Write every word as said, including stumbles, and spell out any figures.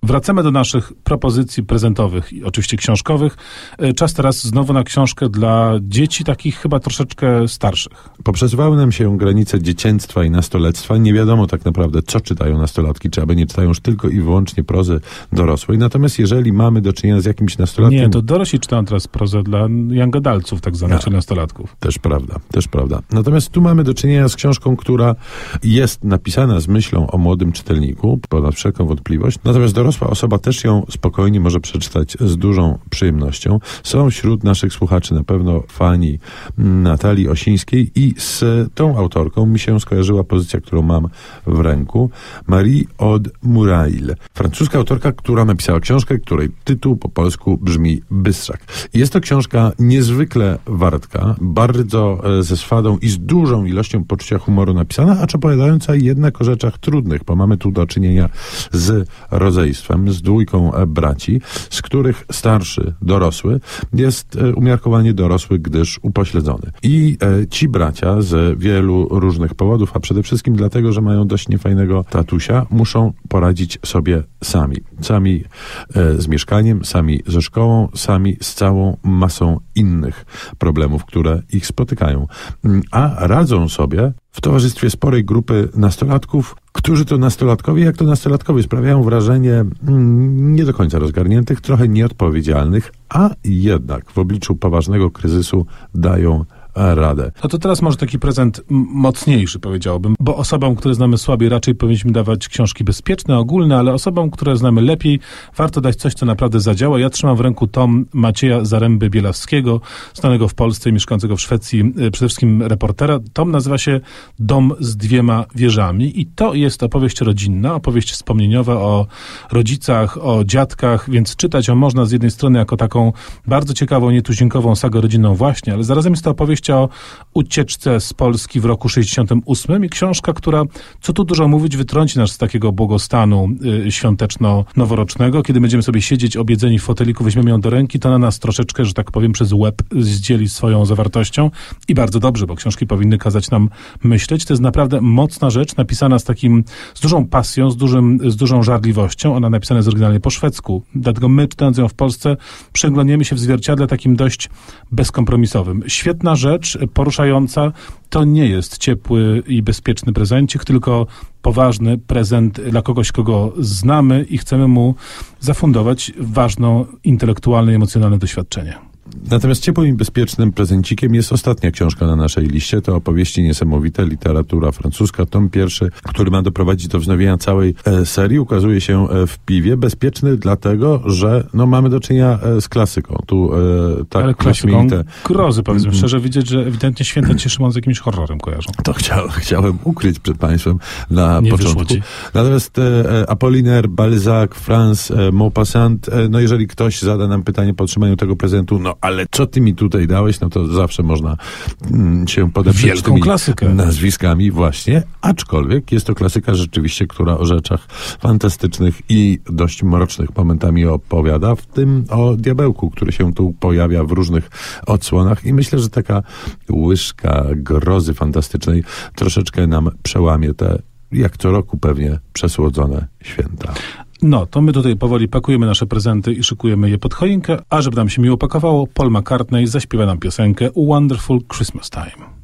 Wracamy do naszych propozycji prezentowych i oczywiście książkowych. Czas teraz znowu na książkę dla dzieci, takich chyba troszeczkę starszych. Poprzesuwały nam się granice dzieciństwa i nastolectwa. Nie wiadomo tak naprawdę, co czytają nastolatki, czy aby nie czytają już tylko i wyłącznie prozy dorosłej. Natomiast jeżeli mamy do czynienia z jakimś nastolatkiem... Nie, to dorośli czytają teraz prozę dla young adultsów, tak zwanych, czyli nastolatków. Też prawda, też prawda. Natomiast tu mamy do czynienia z książką, która jest napisana z myślą o młodym czytelniku, ponad wszelką wątpliwość. Natomiast dorosła osoba też ją spokojnie może przeczytać z dużą przyjemnością. Są wśród naszych słuchaczy na pewno fani Natalii Osińskiej i z tą autorką mi się skojarzyła pozycja, którą mam w ręku. Marie Aude Murail. Francuska autorka, która napisała książkę, której tytuł po polsku brzmi Bystrzak. Jest to książka niezwykle wartka, bardzo ze swadą i z dużą ilością poczucia humoru napisana, acz opowiadająca jednak o rzeczach trudnych, bo mamy tu do czynienia z rodzeństwem, z dwójką braci, z których starszy, dorosły, jest umiarkowanie dorosły, gdyż upośledzony. I e, ci bracia z wielu różnych powodów, a przede wszystkim dlatego, że mają dość niefajnego tatusia, muszą poradzić sobie sami. Sami e, z mieszkaniem, sami ze szkołą, sami z całą masą innych problemów, które ich spotykają. A radzą sobie w towarzystwie sporej grupy nastolatków, którzy to nastolatkowie, jak to nastolatkowie, sprawiają wrażenie mm, nie do końca rozgarniętych, trochę nieodpowiedzialnych, a jednak w obliczu poważnego kryzysu dają radę. No to teraz może taki prezent mocniejszy, powiedziałbym, bo osobom, które znamy słabiej, raczej powinniśmy dawać książki bezpieczne, ogólne, ale osobom, które znamy lepiej, warto dać coś, co naprawdę zadziała. Ja trzymam w ręku tom Macieja Zaręby-Bielawskiego, znanego w Polsce i mieszkającego w Szwecji, przede wszystkim reportera. Tom nazywa się Dom z dwiema wieżami i to jest opowieść rodzinna, opowieść wspomnieniowa o rodzicach, o dziadkach, więc czytać ją można z jednej strony jako taką bardzo ciekawą, nietuzinkową sagę rodzinną właśnie, ale zarazem jest to opowieść o ucieczce z Polski w roku sześćdziesiątym ósmym i książka, która, co tu dużo mówić, wytrąci nas z takiego błogostanu y, świąteczno-noworocznego. Kiedy będziemy sobie siedzieć obiedzeni w foteliku, weźmiemy ją do ręki, to na nas troszeczkę, że tak powiem, przez łeb zdzieli swoją zawartością i bardzo dobrze, bo książki powinny kazać nam myśleć. To jest naprawdę mocna rzecz, napisana z takim, z dużą pasją, z, dużym, z dużą żarliwością. Ona napisana jest oryginalnie po szwedzku, dlatego my, czytając ją w Polsce, przeglądniemy się w zwierciadle takim dość bezkompromisowym. Świetna rzecz, poruszająca, to nie jest ciepły i bezpieczny prezencik, tylko poważny prezent dla kogoś, kogo znamy i chcemy mu zafundować ważne intelektualne i emocjonalne doświadczenie. Natomiast ciepłym i bezpiecznym prezencikiem jest ostatnia książka na naszej liście. To Opowieści niesamowite, literatura francuska, tom pierwszy, który ma doprowadzić do wznowienia całej e, serii. Ukazuje się e, w Piwie. Bezpieczny dlatego, że no, mamy do czynienia e, z klasyką. Tu e, tak Ale klasyką wyśmienite... grozy, powiedzmy mm. szczerze, widzieć, że ewidentnie święta Cieszymon z jakimś horrorem kojarzą. To chcia, chciałem ukryć przed państwem na Nie początku. Natomiast e, Apollinaire, Balzac, Franz, e, Maupassant, e, no jeżeli ktoś zada nam pytanie po otrzymaniu tego prezentu, no ale co ty mi tutaj dałeś, no to zawsze można mm, się podeprzeć Wielką tymi klasykę. nazwiskami właśnie, aczkolwiek jest to klasyka rzeczywiście, która o rzeczach fantastycznych i dość mrocznych momentami opowiada, w tym o diabełku, który się tu pojawia w różnych odsłonach i myślę, że taka łyżka grozy fantastycznej troszeczkę nam przełamie te, jak co roku pewnie, przesłodzone święta. No, to my tutaj powoli pakujemy nasze prezenty i szykujemy je pod choinkę, a żeby nam się miło pakowało, Paul McCartney zaśpiewa nam piosenkę Wonderful Christmas Time.